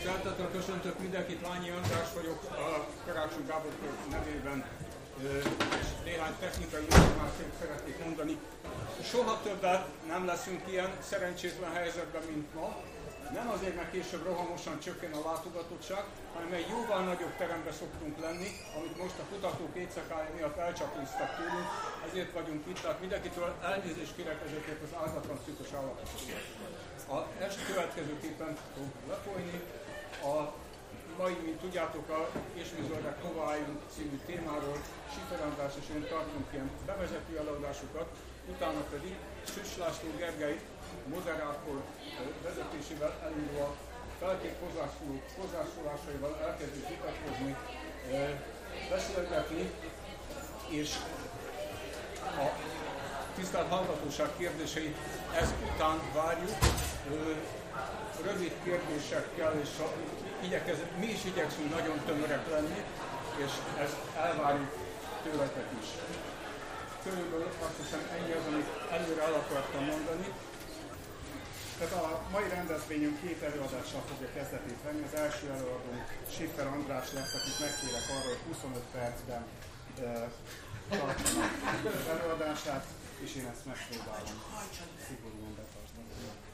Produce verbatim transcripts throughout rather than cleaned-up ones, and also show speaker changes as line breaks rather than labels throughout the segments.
Szeretettel köszöntök mindenkit, Lányi András vagyok, a Karácsony Gábor nevében, és néhány technikai információt szeretnék mondani. Soha többet nem leszünk ilyen szerencsétlen helyzetben, mint ma. Nem azért, mert később rohamosan csökken a látogatottság, hanem egy jóval nagyobb teremben szoktunk lenni, amit most a kutatók éjszakája miatt elcsapíztak tőlünk, ezért vagyunk itt, tehát mindenkitől elnézést kérek ezekért az ártatlan szűkös állapotokért. A ezt következőképpen fog lefolyni. A mai, mint tudjátok, a És mi zöldek hova álljunk című témáról Schiffer András és én tartunk ilyen bevezető előadásokat, utána pedig Süss László Gergely moderátor vezetésével elindulva felkép hozzászólásaival elkezdjük vitatkozni, beszélgetni, és a tisztelt hallgatóság kérdéseit ezután várjuk, rövid kérdésekkel, és igyekez, mi is igyekszünk nagyon tömörek lenni, és ezt elvárjuk tőletek is. Körülbelül azt hiszem ennyi az, amit előre el akartam mondani. Tehát a mai rendezvényünk két előadással fogja kezdetét venni. Az első előadónk Schiffer András lesz, akit megkérek arra, hogy huszonöt percben e, tartani az előadását, és én ezt megpróbálom szigorúan betartani.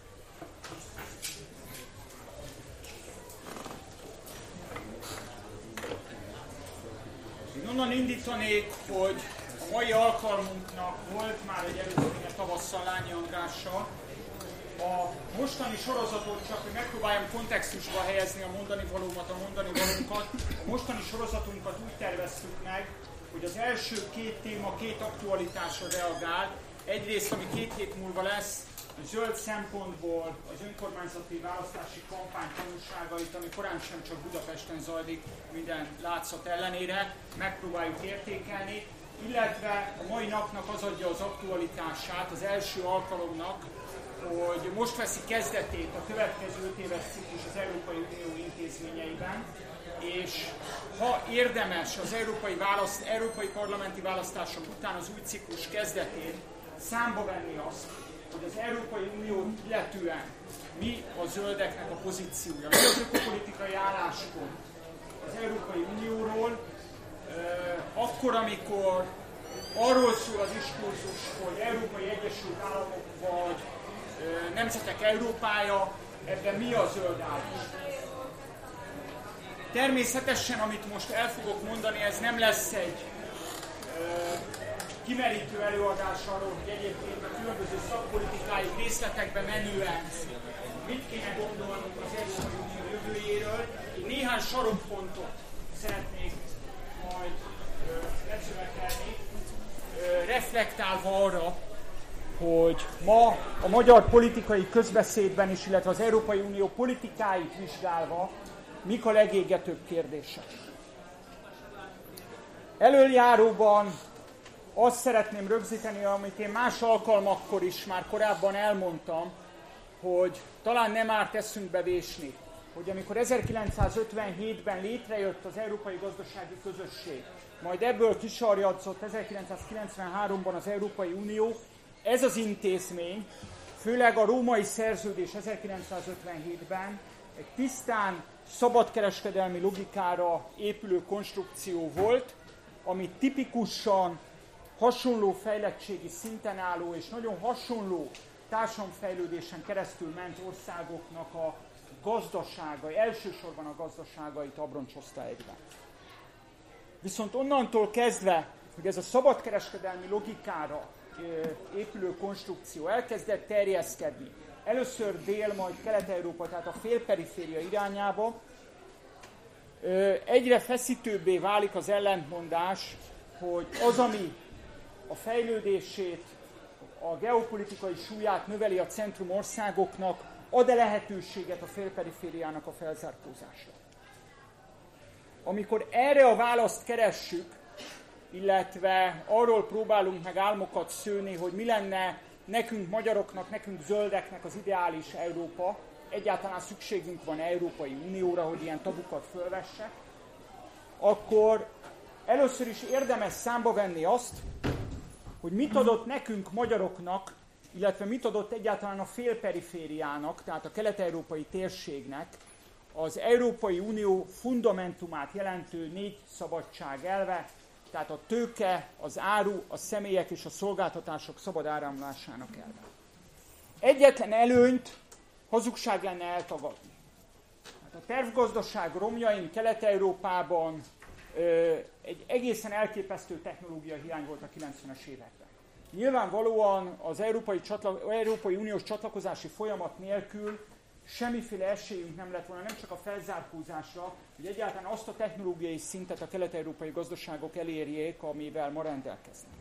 Én onnan indítanék, hogy a mai alkalmunknak volt már egy előzménye tavasszal Lányi Andrással. A mostani sorozatot, csak hogy megpróbáljam kontextusba helyezni a mondani valómat, a mondani valónkat, a mostani sorozatunkat úgy terveztük meg, hogy az első két téma két aktualitásra reagál. Egyrészt, ami két hét múlva lesz, a zöld szempontból az önkormányzati választási kampány tanulságait, ami korán sem csak Budapesten zajlik minden látszat ellenére, megpróbáljuk értékelni, illetve a mai napnak az adja az aktualitását, az első alkalomnak, hogy most veszi kezdetét a következő öt éves ciklus az Európai Unió intézményeiben, és ha érdemes az európai, választ, európai parlamenti választások után az új ciklus kezdetén számba venni azt, hogy az Európai Unió illetően mi a zöldeknek a pozíciója, mi az ökopolitikai álláspont az Európai Unióról, akkor, amikor arról szól az diskurzus, hogy Európai Egyesült Államok vagy Nemzetek Európája, ebben mi a zöld állás. Természetesen, amit most el fogok mondani, ez nem lesz egy ö, kimerítő előadás arról, hogy egyébként a különböző szakpolitikai részletekbe menően mit kéne gondolnunk az Európai Unió jövőjéről. Én néhány sarokpontot szeretnék majd leszövekelni, reflektálva arra, hogy ma a magyar politikai közbeszédben is, illetve az Európai Unió politikáit vizsgálva, mik a legégetőbb kérdések. Elöljáróban azt szeretném rögzíteni, amit én más alkalmakkor is már korábban elmondtam, hogy talán nem árt eszünkbe vésni, hogy amikor ezerkilencszázötvenhétben létrejött az Európai Gazdasági Közösség, majd ebből kisarjadzott ezerkilencszázkilencvenháromban az Európai Unió, ez az intézmény, főleg a római szerződés ezerkilencszázötvenhétben egy tisztán szabadkereskedelmi logikára épülő konstrukció volt, ami tipikusan hasonló fejlettségi szinten álló és nagyon hasonló társadalomfejlődésen keresztül ment országoknak a gazdaságai, elsősorban a gazdaságait abroncsozta egyben. Viszont onnantól kezdve, hogy ez a szabadkereskedelmi logikára épülő konstrukció elkezdett terjeszkedni, először Dél, majd Kelet-Európa, tehát a félperiféria irányába, egyre feszítőbbé válik az ellentmondás, hogy az, ami a fejlődését, a geopolitikai súlyát növeli a centrum országoknak, ad-e lehetőséget a félperifériának a felzárkózásra. Amikor erre a választ keressük, illetve arról próbálunk meg álmokat szőni, hogy mi lenne nekünk magyaroknak, nekünk zöldeknek az ideális Európa, egyáltalán szükségünk van Európai Unióra, hogy ilyen tabukat fölvessek, akkor először is érdemes számba venni azt, hogy mit adott nekünk magyaroknak, illetve mit adott egyáltalán a félperifériának, tehát a kelet-európai térségnek az Európai Unió fundamentumát jelentő négy szabadság elve, tehát a tőke, az áru, a személyek és a szolgáltatások szabad áramlásának elve. Egyetlen előnyt hazugság lenne eltagadni. Hát a tervgazdaság romjain Kelet-Európában ö, egy egészen elképesztő technológia hiány volt a kilencvenes években. Nyilvánvalóan az Európai, csatla, Európai Uniós csatlakozási folyamat nélkül semmiféle esélyünk nem lett volna, nem csak a felzárkózásra, hogy egyáltalán azt a technológiai szintet a kelet-európai gazdaságok elérjék, amivel ma rendelkeznek.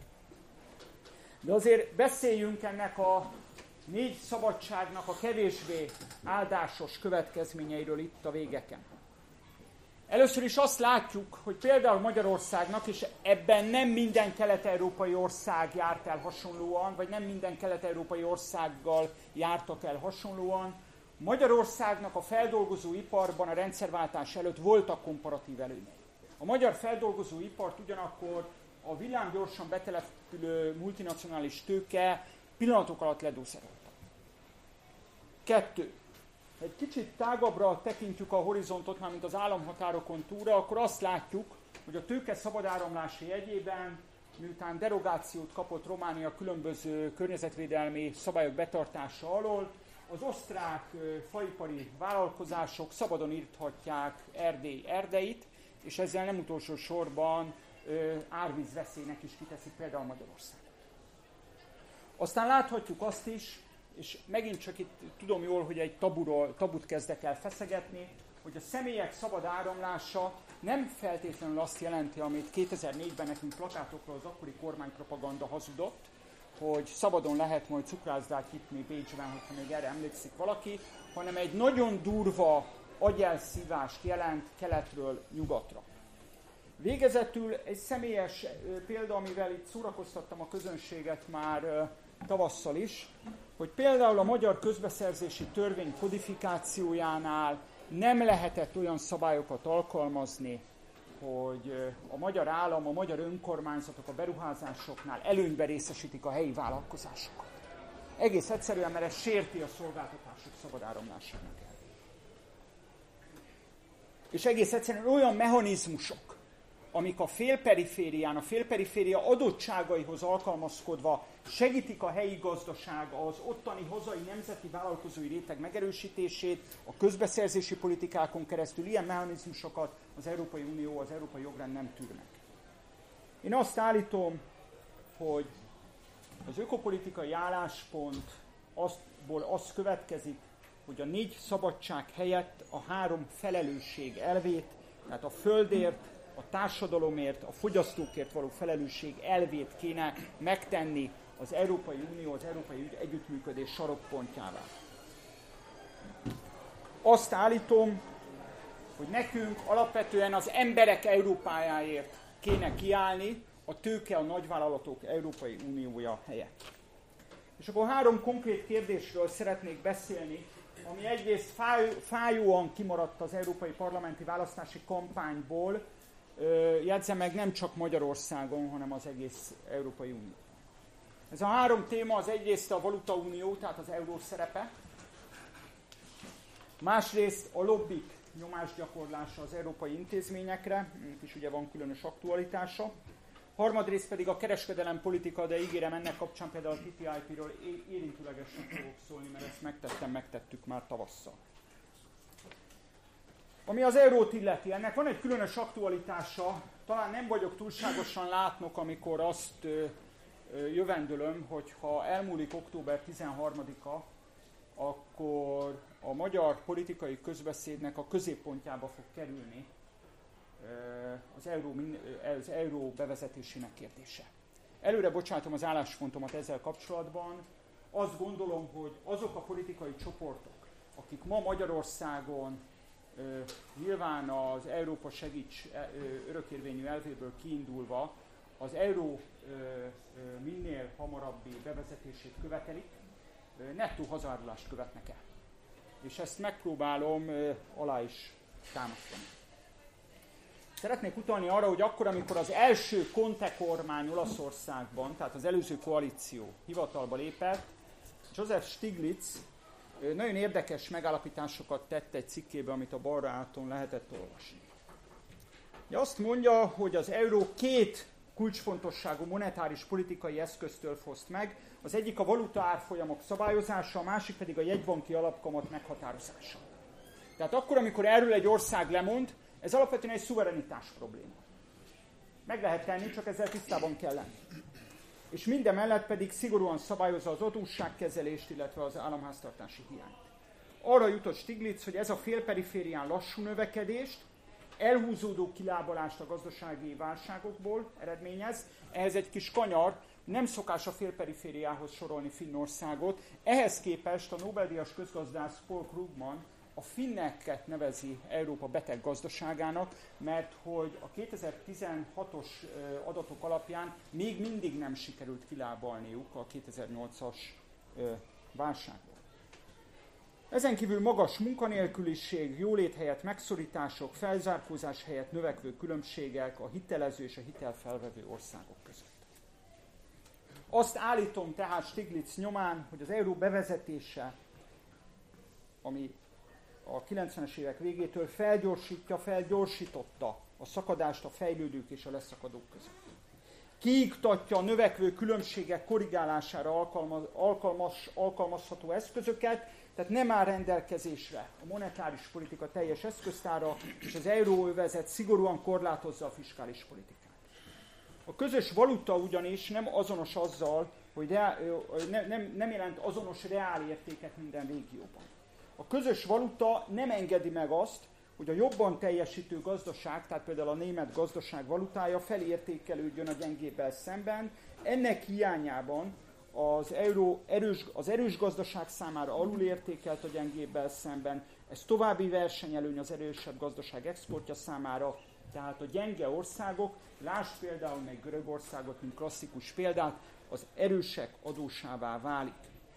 De azért beszéljünk ennek a négy szabadságnak a kevésbé áldásos következményeiről itt a végeken. Először is azt látjuk, hogy például Magyarországnak, és ebben nem minden kelet-európai ország járt el hasonlóan, vagy nem minden kelet-európai országgal jártak el hasonlóan, Magyarországnak a feldolgozóiparban a rendszerváltás előtt voltak komparatív előnyei. A magyar feldolgozóipart ugyanakkor a villámgyorsan betelepülő multinacionális tőke pillanatok alatt ledózerolta. Kettő. Egy kicsit tágabbra tekintjük a horizontot, már mint az államhatárokon túlra, akkor azt látjuk, hogy a tőke szabad áramlási jegyében, miután derogációt kapott Románia különböző környezetvédelmi szabályok betartása alól, az osztrák faipari vállalkozások szabadon írthatják Erdély erdeit, és ezzel nem utolsó sorban árvízveszélynek is kiteszik például Magyarországon. Aztán láthatjuk azt is, és megint csak itt tudom jól, hogy egy taburól, tabut kezdek el feszegetni, hogy a személyek szabad áramlása nem feltétlenül azt jelenti, amit kétezer-négyben nekünk plakátokról az akkori kormánypropaganda hazudott, hogy szabadon lehet majd cukrászdát nyitni Bécsben, hogyha még erre emlékszik valaki, hanem egy nagyon durva agyelszívást jelent keletről nyugatra. Végezetül egy személyes példa, amivel itt szórakoztattam a közönséget már tavasszal is, hogy például a magyar közbeszerzési törvény kodifikációjánál nem lehetett olyan szabályokat alkalmazni, hogy a magyar állam, a magyar önkormányzatok a beruházásoknál előnyben részesítik a helyi vállalkozásokat. Egész egyszerűen, mert ez sérti a szolgáltatások szabad áramlásának el. És egész egyszerűen olyan mechanizmusok, amik a félperiférián, a félperiféria adottságaihoz alkalmazkodva segítik a helyi gazdaság, az ottani hazai nemzeti vállalkozói réteg megerősítését, a közbeszerzési politikákon keresztül ilyen mechanizmusokat az Európai Unió, az európai jogrend nem tűr meg. Én azt állítom, hogy az ökopolitikai álláspont azból az következik, hogy a négy szabadság helyett a három felelősség elvét, tehát a földért, a társadalomért, a fogyasztókért való felelősség elvét kéne megtenni az Európai Unió, az Európai Együttműködés sarokpontjává. Azt állítom, hogy nekünk alapvetően az emberek Európájáért kéne kiállni a tőke, a nagyvállalatok Európai Uniója helyett. És akkor három konkrét kérdésről szeretnék beszélni, ami egyrészt fáj, fájóan kimaradt az európai parlamenti választási kampányból, jegyzem meg, nem csak Magyarországon, hanem az egész Európai Unió. Ez a három téma az egyrészt a valutaunió, tehát az euró szerepe, másrészt a lobbik nyomásgyakorlása az európai intézményekre, ennek is ugye van különös aktualitása, harmadrészt pedig a kereskedelem politika, de ígérem ennek kapcsán például a té té i pé-ről érintőlegesen fogok szólni, mert ezt megtettem, megtettük már tavasszal. Ami az eurót illeti, ennek van egy különös aktualitása, talán nem vagyok túlságosan látnok, amikor azt ö, ö, jövendölöm, hogy ha elmúlik október tizenharmadika, akkor a magyar politikai közbeszédnek a középpontjába fog kerülni ö, az, euró, az euró bevezetésének kérdése. Előre bocsátom az álláspontomat ezzel kapcsolatban. Azt gondolom, hogy azok a politikai csoportok, akik ma Magyarországon Uh, nyilván az Európa segíts uh, örökérvényű elvéből kiindulva az euró uh, uh, minél hamarabbi bevezetését követelik, uh, nettó hazárulást követnek el. És ezt megpróbálom uh, alá is támasztani. Szeretnék utalni arra, hogy akkor, amikor az első Conte kormány Olaszországban, tehát az előző koalíció hivatalba lépett, Joseph Stiglitz nagyon érdekes megállapításokat tett egy cikkében, amit a balra áton lehetett olvasni. Azt mondja, hogy az euró két kulcsfontosságú monetáris politikai eszköztől foszt meg, az egyik a valuta árfolyamok szabályozása, a másik pedig a jegybanki alapkamat meghatározása. Tehát akkor, amikor erről egy ország lemond, ez alapvetően egy szuverenitás probléma. Meg lehet tenni, csak ezzel tisztában kell lenni. És mindemellett pedig szigorúan szabályozza az adósságkezelést, illetve az államháztartási hiányt. Arra jutott Stiglitz, hogy ez a félperiférián lassú növekedést, elhúzódó kilábalást a gazdasági válságokból eredményez. Ehhez egy kis kanyar, nem szokás a félperifériához sorolni Finnországot. Ehhez képest a Nobel-díjas közgazdász Paul Krugman a finneket nevezi Európa beteg gazdaságának, mert hogy a kétezer-tizenhatos adatok alapján még mindig nem sikerült kilábalniuk a kétezer-nyolcas válságból. Ezen kívül magas munkanélküliség, jólét helyett megszorítások, felzárkózás helyett növekvő különbségek a hitelező és a hitelfelvevő országok között. Azt állítom tehát Stiglitz nyomán, hogy az euró bevezetése, ami a kilencvenes évek végétől felgyorsítja, felgyorsította a szakadást a fejlődők és a leszakadók között. Kiiktatja a növekvő különbségek korrigálására alkalmaz, alkalmas, alkalmazható eszközöket, tehát nem áll rendelkezésre a monetáris politika teljes eszköztára, és az euróövezet szigorúan korlátozza a fiskális politikát. A közös valuta ugyanis nem azonos azzal, hogy reál, nem, nem, nem jelent azonos reál értéket minden régióban. A közös valuta nem engedi meg azt, hogy a jobban teljesítő gazdaság, tehát például a német gazdaság valutája felértékelődjön a gyengébbel szemben. Ennek hiányában az euró erős, az erős gazdaság számára alulértékelt a gyengébbel szemben, ez további versenyelőny az erősebb gazdaság exportja számára, tehát a gyenge országok, lásd például meg Görögországot, mint klasszikus példát, az erősek adósává válik.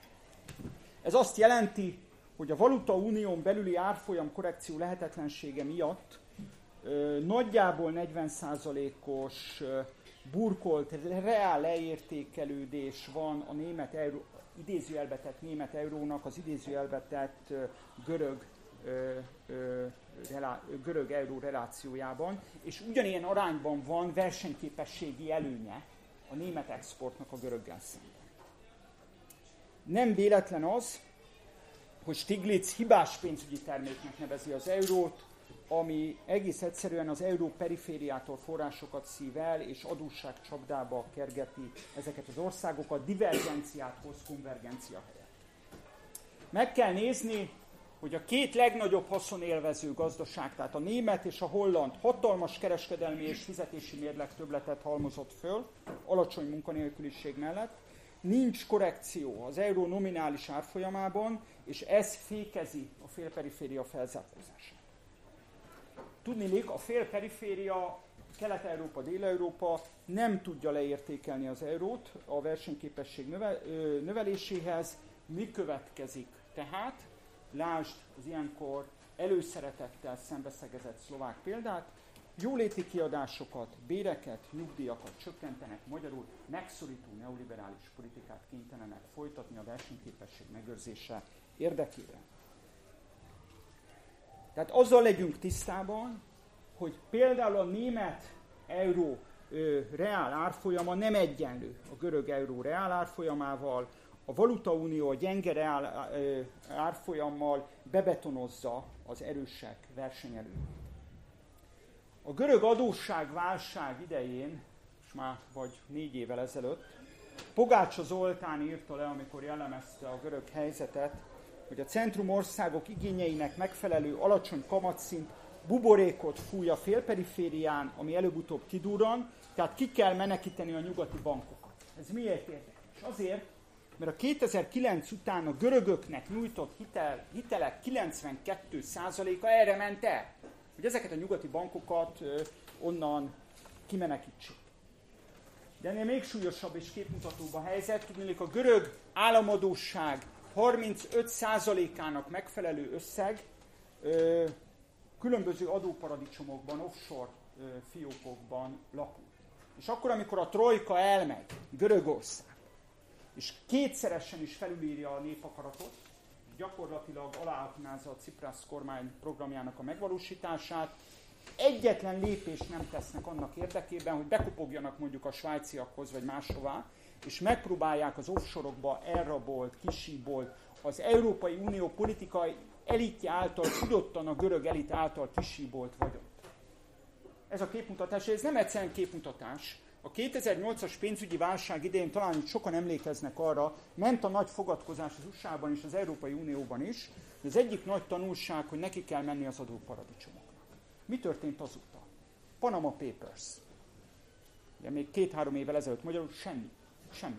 Ez azt jelenti, hogy a valuta unión belüli árfolyam korrekció lehetetlensége miatt ö, nagyjából negyven százalékos ö, burkolt reál leértékelődés van a német euró, idézőjelbe tett német eurónak az idézőjelbe tett ö, görög, ö, ö, relá, görög euró relációjában, és ugyanilyen arányban van versenyképességi előnye a német exportnak a göröggel szemben. Nem véletlen az, hogy Stiglitz hibás pénzügyi terméknek nevezi az eurót, ami egész egyszerűen az euró perifériától forrásokat szív el, és adósság csapdába kergeti ezeket az országokat, divergenciát hoz konvergencia helyett. Meg kell nézni, hogy a két legnagyobb haszonélvező gazdaság, tehát a német és a holland hatalmas kereskedelmi és fizetési mérleg többletet halmozott föl, alacsony munkanélküliség mellett, nincs korrekció az euró nominális árfolyamában, és ez fékezi a félperiféria felzárkózását. Tudniillik, a félperiféria, Kelet-Európa, Dél-Európa nem tudja leértékelni az eurót a versenyképesség növe, ö, növeléséhez. Mi következik tehát? Lásd az ilyenkor előszeretettel szembeszegezett szlovák példát, jóléti kiadásokat, béreket, nyugdíjakat csökkentenek, magyarul megszorító neoliberális politikát kénytelenek folytatni a versenyképesség megőrzése érdekében. Tehát azzal legyünk tisztában, hogy például a német euró ö, reál árfolyama nem egyenlő a görög euró reál árfolyamával, a valutaunió a gyenge reál ö, árfolyammal bebetonozza az erősek versenyelőnyét. A görög adósságválság idején, és már vagy négy évvel ezelőtt, Pogácsa Zoltán írta le, amikor jellemezte a görög helyzetet, hogy a centrumországok igényeinek megfelelő alacsony kamatszint buborékot fúj a félperiférián, ami előbb-utóbb kidurran, tehát ki kell menekíteni a nyugati bankokat. Ez miért érdekes? Azért, mert a kétezer-kilenc után a görögöknek nyújtott hitel, hitelek kilencvenkét százaléka erre ment el, hogy ezeket a nyugati bankokat ö, onnan kimenekítsék. De ennél még súlyosabb és képmutatóbb a helyzet, tudniillik a görög államadósság harmincöt százalékának megfelelő összeg ö, különböző adóparadicsomokban, offshore ö, fiókokban lakul. És akkor, amikor a trojka elmegy Görögország, és kétszeresen is felülírja a népakaratot, gyakorlatilag aláaknázza a Tsipras kormány programjának a megvalósítását. Egyetlen lépést nem tesznek annak érdekében, hogy bekopogjanak mondjuk a svájciakhoz vagy máshová, és megpróbálják az offshore-okba elrabolt, kisíbolt, az Európai Unió politikai elitje által, tudottan a görög elit által kisíbolt vagyont. Ez a képmutatás, ez nem egyszerűen képmutatás. A kétezer-nyolcas pénzügyi válság idején talán itt sokan emlékeznek arra, ment a nagy fogadkozás az u es á-ban és az Európai Unióban is, de az egyik nagy tanulság, hogy neki kell menni az adóparadicsomoknak. Mi történt azóta? Panama Papers. Ugye még két-három évvel ezelőtt magyarul semmi. Semmi.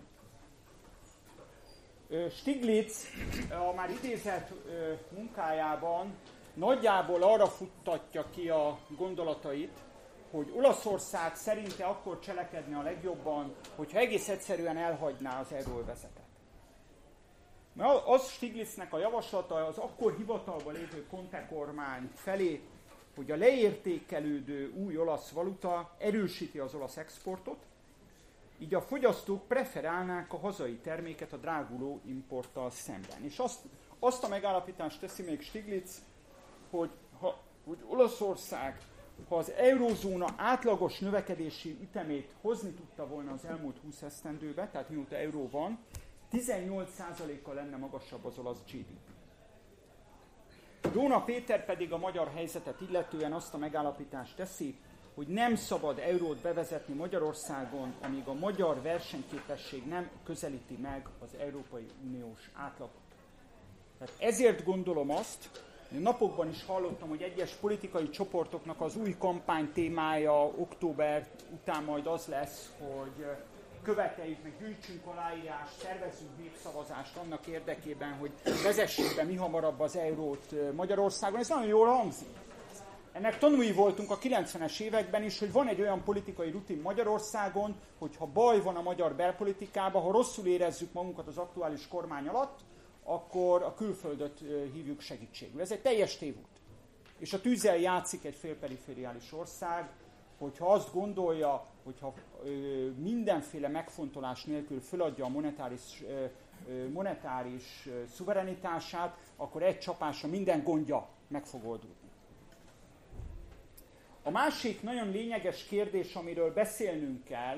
Stiglitz a már idézett munkájában nagyjából arra futtatja ki a gondolatait, hogy Olaszország szerinte akkor cselekedne a legjobban, hogyha egész egyszerűen elhagyná az euróövezetet. Mert az Stiglitznek a javaslata az akkor hivatalban lévő Conte kormány felé, hogy a leértékelődő új olasz valuta erősíti az olasz exportot, így a fogyasztók preferálnák a hazai terméket a dráguló importtal szemben. És azt, azt a megállapítást teszi még Stiglitz, hogy, ha, hogy Olaszország, ha az eurózóna átlagos növekedési ütemét hozni tudta volna az elmúlt húsz esztendőbe, tehát mióta euró van, tizennyolc százalékkal lenne magasabb az olasz gé dé pé. Róna Péter pedig a magyar helyzetet illetően azt a megállapítást teszi, hogy nem szabad eurót bevezetni Magyarországon, amíg a magyar versenyképesség nem közelíti meg az Európai Uniós átlagot. Tehát ezért gondolom azt, hogy napokban is hallottam, hogy egyes politikai csoportoknak az új kampány témája október után majd az lesz, hogy követeljük meg, gyűjtsünk aláírást, szervezzünk népszavazást annak érdekében, hogy vezessék be mi hamarabb az eurót Magyarországon. Ez nagyon jól hangzik. Ennek tanúi voltunk a kilencvenes években is, hogy van egy olyan politikai rutin Magyarországon, hogy ha baj van a magyar belpolitikában, ha rosszul érezzük magunkat az aktuális kormány alatt, akkor a külföldöt hívjuk segítségül. Ez egy teljes tévút. És a tűzzel játszik egy félperifériális ország, hogyha azt gondolja, hogyha mindenféle megfontolás nélkül föladja a monetáris, monetáris szuverenitását, akkor egy csapásra minden gondja meg fog oldódni. A másik nagyon lényeges kérdés, amiről beszélnünk kell,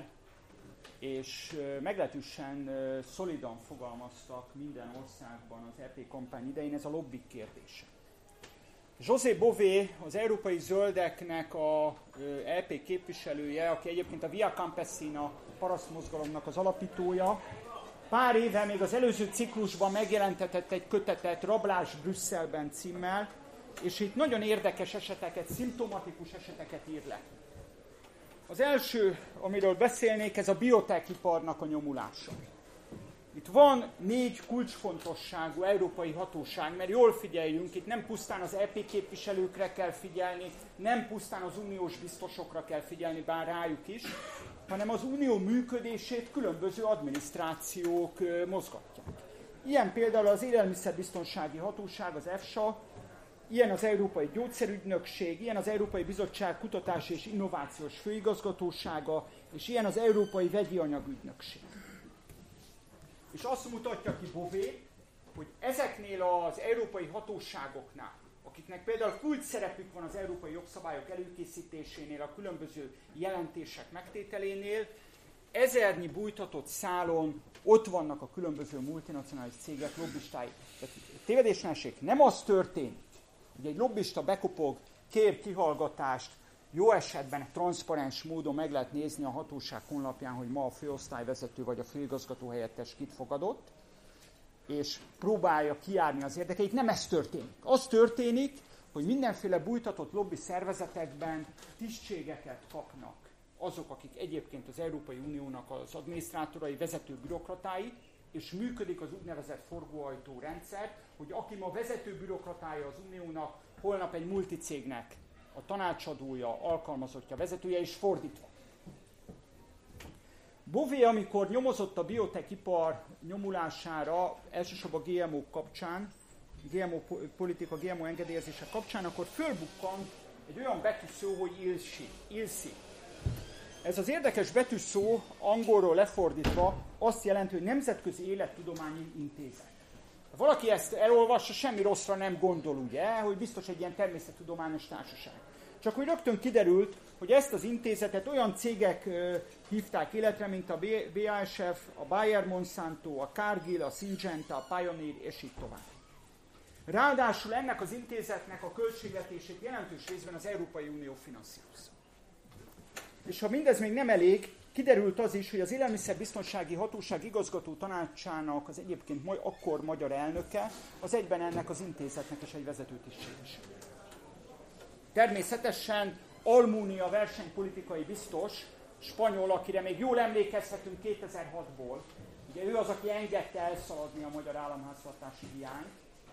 és meglehetősen szolidan fogalmaztak minden országban az é pé kampány idején, ez a lobbik kérdése. José Bové, az Európai Zöldeknek a é pé képviselője, aki egyébként a Via Campesina parasztmozgalomnak az alapítója, pár éve még az előző ciklusban megjelentetett egy kötetet Rablás Brüsszelben címmel, és itt nagyon érdekes eseteket, szimptomatikus eseteket ír le. Az első, amiről beszélnék, ez a biotech-iparnak a nyomulása. Itt van négy kulcsfontosságú európai hatóság, mert jól figyeljünk, itt nem pusztán az é pé képviselőkre kell figyelni, nem pusztán az uniós biztosokra kell figyelni, bár rájuk is, hanem az unió működését különböző adminisztrációk mozgatják. Ilyen például az Élelmiszerbiztonsági Hatóság, az EFSA, ilyen az Európai Gyógyszerügynökség, ilyen az Európai Bizottság Kutatási és Innovációs Főigazgatósága, és ilyen az Európai Vegyi Anyagügynökség. És azt mutatja ki Bové, hogy ezeknél az európai hatóságoknál, akiknek például kulcs szerepük van az európai jogszabályok előkészítésénél, a különböző jelentések megtételénél, ezernyi bújtatott szálon ott vannak a különböző multinacionális cégek lobbistái. Tévedésnelség, nem az történik, hogy egy lobbista bekopog, kér kihallgatást, jó esetben transzparens módon meg lehet nézni a hatóság honlapján, hogy ma a főosztályvezető vagy a főigazgató helyettes kit fogadott, és próbálja kijárni az érdekeit. Nem ez történik. Az történik, hogy mindenféle bújtatott lobby szervezetekben tisztségeket kapnak azok, akik egyébként az Európai Uniónak az adminisztrátorai, vezető bürokratái, és működik az úgynevezett forgóajtó rendszer, hogy aki ma vezető bürokratája az Uniónak, holnap egy multicégnek a tanácsadója, alkalmazottja, vezetője, és fordítva. Bové, amikor nyomozott a biotech-ipar nyomulására, elsősorban a gé em ó-k kapcsán, gé em ó politika, gé em ó engedélyezése kapcsán, akkor fölbukkant egy olyan betűszó, hogy ilsi, ilsi. Ez az érdekes betűszó angolról lefordítva azt jelenti, hogy Nemzetközi Élettudományi Intézet. Ha valaki ezt elolvassa, semmi rosszra nem gondol, ugye, hogy biztos egy ilyen természettudományos társaság. Csak hogy rögtön kiderült, hogy ezt az intézetet olyan cégek uh, hívták életre, mint a bé á es ef, a Bayer Monsanto, a Cargill, a Syngenta, a Pioneer, és így tovább. Ráadásul ennek az intézetnek a költségvetését jelentős részben az Európai Unió finanszírozza. És ha mindez még nem elég, kiderült az is, hogy az Élelmiszerbiztonsági Hatóság igazgató tanácsának az egyébként majd akkor magyar elnöke, az egyben ennek az intézetnek is egy vezető tisztséges. Természetesen Almunia versenypolitikai biztos, spanyol, akire még jól emlékezhetünk kétezer-hatból. Ugye ő az, aki engedte elszaladni a magyar államháztartási hiányt.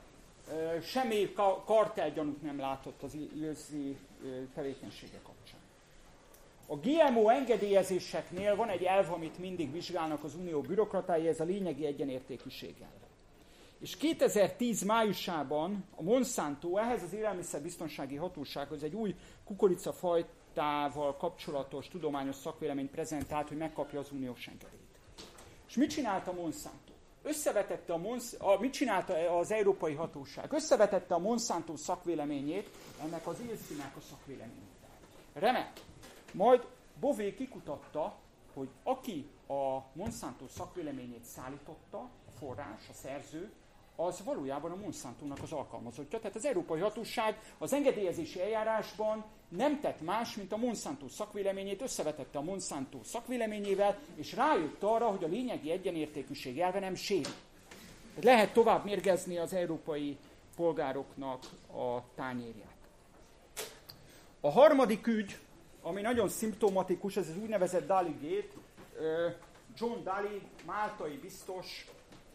Semmi kartelgyanút nem látott az őszi tevékenysége kapcsán. A gé em o engedélyezéseknél van egy elv, amit mindig vizsgálnak az unió bürokratái, ez a lényegi egyenértékűség elve. És kétezer-tíz májusában a Monsanto ehhez az Élelmiszerbiztonsági Hatósághoz egy új kukoricafajtával kapcsolatos tudományos szakvéleményt prezentált, hogy megkapja az uniós engedélyt. És mit csinált a Monsanto? Összevetette a, Mons- a mit csinálta az Európai Hatóság? Összevetette a Monsanto szakvéleményét ennek az Ilszének a szakvéleményét. Remek! Majd Bové kikutatta, hogy aki a Monsanto szakvéleményét szállította, a forrás, a szerző, az valójában a Monsantónak az alkalmazottja. Tehát az Európai Hatóság az engedélyezési eljárásban nem tett más, mint a Monsanto szakvéleményét, összevetette a Monsanto szakvéleményével, és rájött arra, hogy a lényegi egyenértékűség elve nem sérül. Lehet tovább mérgezni az európai polgároknak a tányérját. A harmadik ügy, ami nagyon szimptomatikus, ez az úgynevezett Dalli-gate. John Dalli, máltai biztos,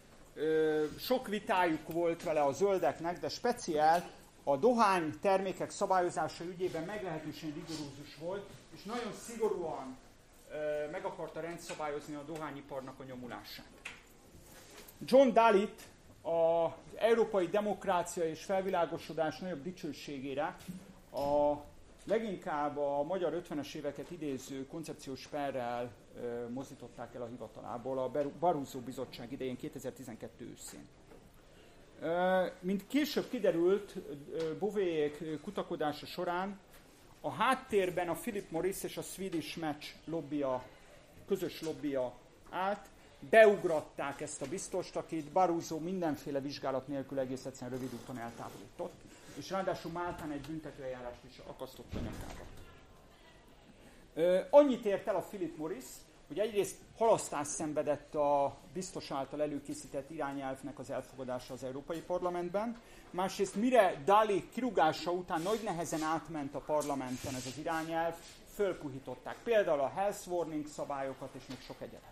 sok vitájuk volt vele a zöldeknek, de speciál a dohány termékek szabályozása ügyében meglehetősen rigorózus volt, és nagyon szigorúan meg akarta rendszabályozni a dohányiparnak a nyomulását. John Dallit az európai demokrácia és felvilágosodás nagyobb dicsőségére a leginkább a magyar ötvenes éveket idéző koncepciós perrel e, mozdították el a hivatalából a Barroso bizottság idején kétezer-tizenkettő őszén. E, mint később kiderült e, Bovék kutakodása során, a háttérben a Philip Morris és a Swedish Match lobbija, közös lobbija állt, beugratták ezt a biztost, akit Barroso mindenféle vizsgálat nélkül egész egyszerűen rövid úton eltávolított, és ráadásul Máltán egy büntetőeljárást is akasztott a nyakába. Annyit ért el a Philip Morris, hogy egyrészt halasztást szenvedett a biztos által előkészített irányelvnek az elfogadása az Európai Parlamentben, másrészt mire Dalli kirúgása után nagy nehezen átment a parlamenten ez az irányelv, fölpuhították például a health warning szabályokat és még sok egyebet.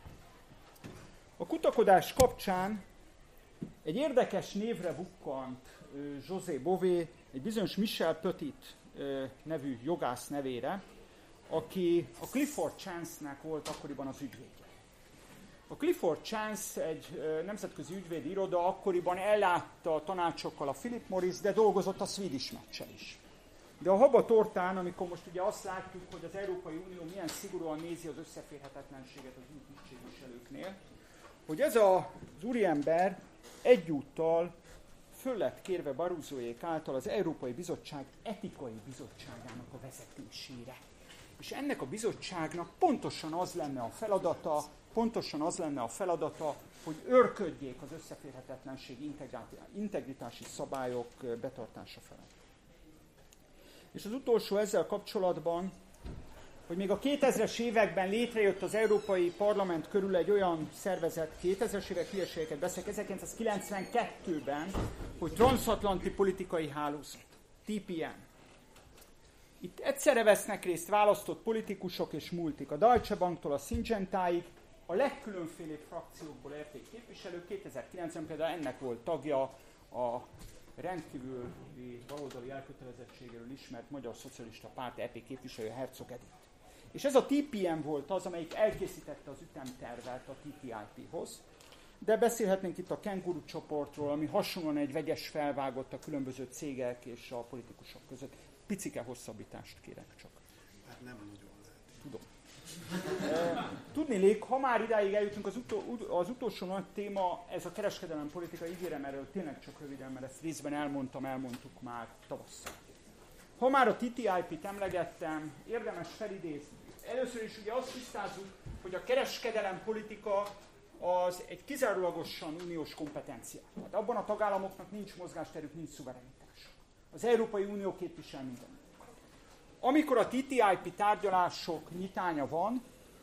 A kutakodás kapcsán egy érdekes névre bukkant José Bové, egy bizonyos Michel Petit nevű jogász nevére, aki a Clifford Chance-nek volt akkoriban az ügyvédje. A Clifford Chance egy nemzetközi ügyvédi iroda, akkoriban ellátta a tanácsokkal a Philip Morris, de dolgozott a Swedish Match-el is. De a haba tortán, amikor most ugye azt látjuk, hogy az Európai Unió milyen szigorúan nézi az összeférhetetlenséget az új tisztségviselőknél, hogy ez az úriember egyúttal föl lett kérve Barrosoék által az Európai Bizottság etikai bizottságának a vezetésére. És ennek a bizottságnak pontosan az lenne a feladata, pontosan az lenne a feladata, hogy őrködjék az összeférhetetlenség integritási szabályok betartása felett. És az utolsó ezzel kapcsolatban, hogy még a kétezres években létrejött az Európai Parlament körül egy olyan szervezet, kétezres évek hülyeségeket beszélek, ezerkilencszázkilencvenkettőben, hogy Transatlanti Politikai Hálózat, té pé en. Itt egyszerre vesznek részt választott politikusok és multik. A Deutsche Banktól a Syngentáig, a legkülönfélébb frakciókból érték képviselők. kétezer-kilencben például ennek volt tagja a rendkívüli baloldali elkötelezettségéről ismert Magyar Szocialista Párt é pé képviselő Herzog Edith. És ez a té pé en volt az, amelyik elkészítette az ütemtervet a té té i pé-hoz. De beszélhetnénk itt a kenguru csoportról, ami hasonlóan egy vegyes felvágott a különböző cégek és a politikusok között. Picike hosszabbítást kérek csak.
Hát nem nagyon lehet.
Tudom. Tudniillik, ha már idáig eljutunk, az, utol, az utolsó nagy téma, ez a kereskedelem politika, ígérem erről tényleg csak röviden, mert ezt részben elmondtam, elmondtuk már tavasszal. Ha már a té té i pé-t emlegettem, érdemes felidézni. Először is ugye azt tisztázzuk, hogy a kereskedelem politika az egy kizárólagosan uniós kompetencia. Tehát abban a tagállamoknak nincs mozgásterük, nincs szuverenitás. Az Európai Unió képvisel mindenütt. Amikor a té té i pé tárgyalások nyitánya van,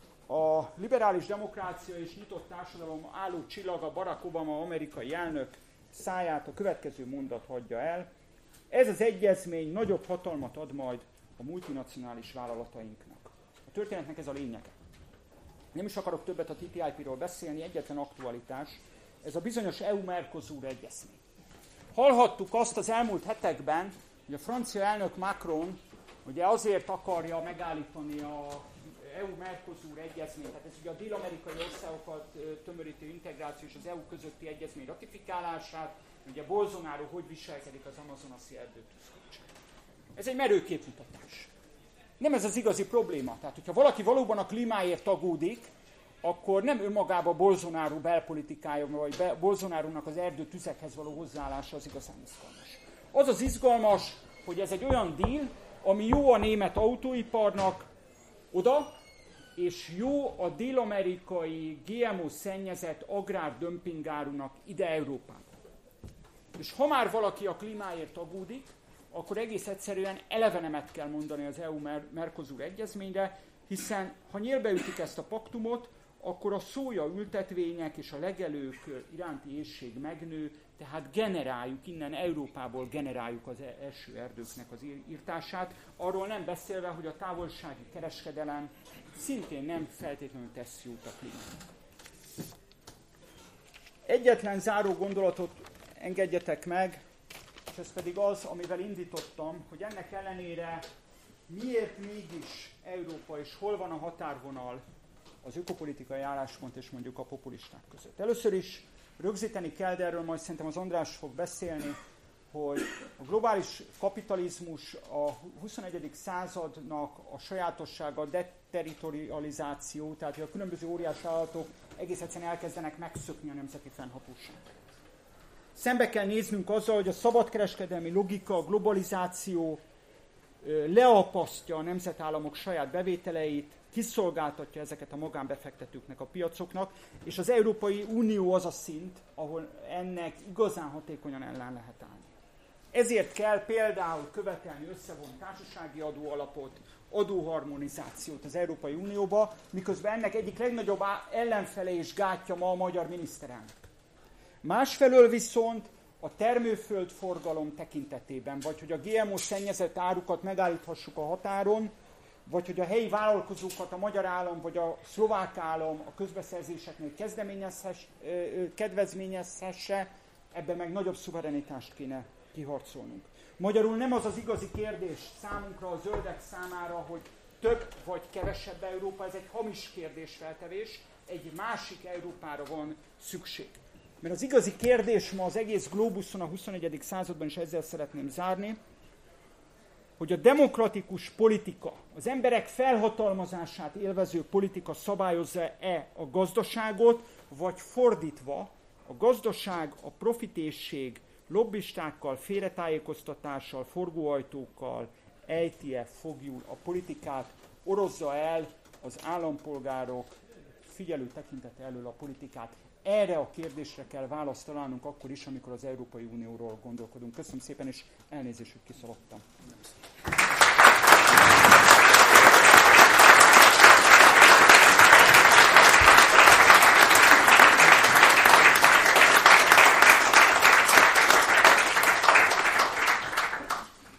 a liberális demokrácia és nyitott társadalom álló csillaga Barack Obama amerikai elnök száját a következő mondat hagyja el. Ez az egyezmény nagyobb hatalmat ad majd a multinacionális vállalatainknak. A történetnek ez a lényege. Nem is akarok többet a té té i pé-ről beszélni, egyetlen aktualitás. Ez a bizonyos é u-Mercosur egyezmény. Hallhattuk azt az elmúlt hetekben, hogy a francia elnök Macron ugye azért akarja megállítani a é u-Mercosur egyezményt, tehát ez ugye a dél-amerikai országokat tömörítő integráció és az é u közötti egyezmény ratifikálását, ugye Bolsonaro hogy viselkedik az amazonasi erdőtűz kapcsán. Ez egy merő képmutatás. Nem ez az igazi probléma. Tehát, hogyha valaki valóban a klímáért aggódik, akkor nem önmagában Bolsonaro belpolitikája, vagy be, Bolsonarónak az erdőtüzekhez való hozzáállása az igazán izgalmas. Az az izgalmas, hogy ez egy olyan deal, ami jó a német autóiparnak oda, és jó a dél-amerikai gé em o szennyezett agrárdömpingárunak ide Európába. És ha már valaki a klímáért aggódik, akkor egész egyszerűen eleve nemet kell mondani az é u-Mercosur egyezményre, hiszen ha nyílbeütik ezt a paktumot, akkor a szója ültetvények és a legelők iránti éhség megnő, tehát generáljuk, innen Európából generáljuk az első erdőknek az írtását, arról nem beszélve, hogy a távolsági kereskedelem szintén nem feltétlenül tesz jót a klímának. Egyetlen záró gondolatot engedjetek meg, és ez pedig az, amivel indítottam, hogy ennek ellenére miért mégis Európa, és hol van a határvonal az ökopolitikai álláspont és mondjuk a populisták között. Először is rögzíteni kell, de erről majd szerintem az András fog beszélni, hogy a globális kapitalizmus a huszonegyedik századnak a sajátossága a deterritorializáció, tehát hogy a különböző óriás állatok egész egyszerűen elkezdenek megszökni a nemzeti fennhatóságot. Szembe kell néznünk azzal, hogy a szabadkereskedelmi logika, a globalizáció leapasztja a nemzetállamok saját bevételeit, kiszolgáltatja ezeket a magánbefektetőknek, a piacoknak, és az Európai Unió az a szint, ahol ennek igazán hatékonyan ellen lehet állni. Ezért kell például követelni összevont társasági adóalapot, adóharmonizációt az Európai Unióba, miközben ennek egyik legnagyobb ellenfele és gátja ma a magyar miniszterelnök. Másfelől viszont a termőföld forgalom tekintetében, vagy hogy a gé em o szennyezett árukat megállíthassuk a határon, vagy hogy a helyi vállalkozókat a magyar állam vagy a szlovák állam a közbeszerzéseknél kedvezményezhesse, ebben meg nagyobb szuverenitást kéne kiharcolnunk. Magyarul nem az az igazi kérdés számunkra, a zöldek számára, hogy több vagy kevesebb Európa, ez egy hamis kérdésfeltevés, egy másik Európára van szükség. Mert az igazi kérdés ma az egész globuszon a huszonegyedik században, és ezzel szeretném zárni, hogy a demokratikus politika, az emberek felhatalmazását élvező politika szabályozza-e a gazdaságot, vagy fordítva a gazdaság, a profitésség lobbistákkal, félretájékoztatással, forgóajtókkal, é té ef fogjul a politikát orozza el az állampolgárok figyelő tekintete elől a politikát. Erre a kérdésre kell választ találnunk akkor is, amikor az Európai Unióról gondolkodunk. Köszönöm szépen, és elnézést, hogy kiszaladtam.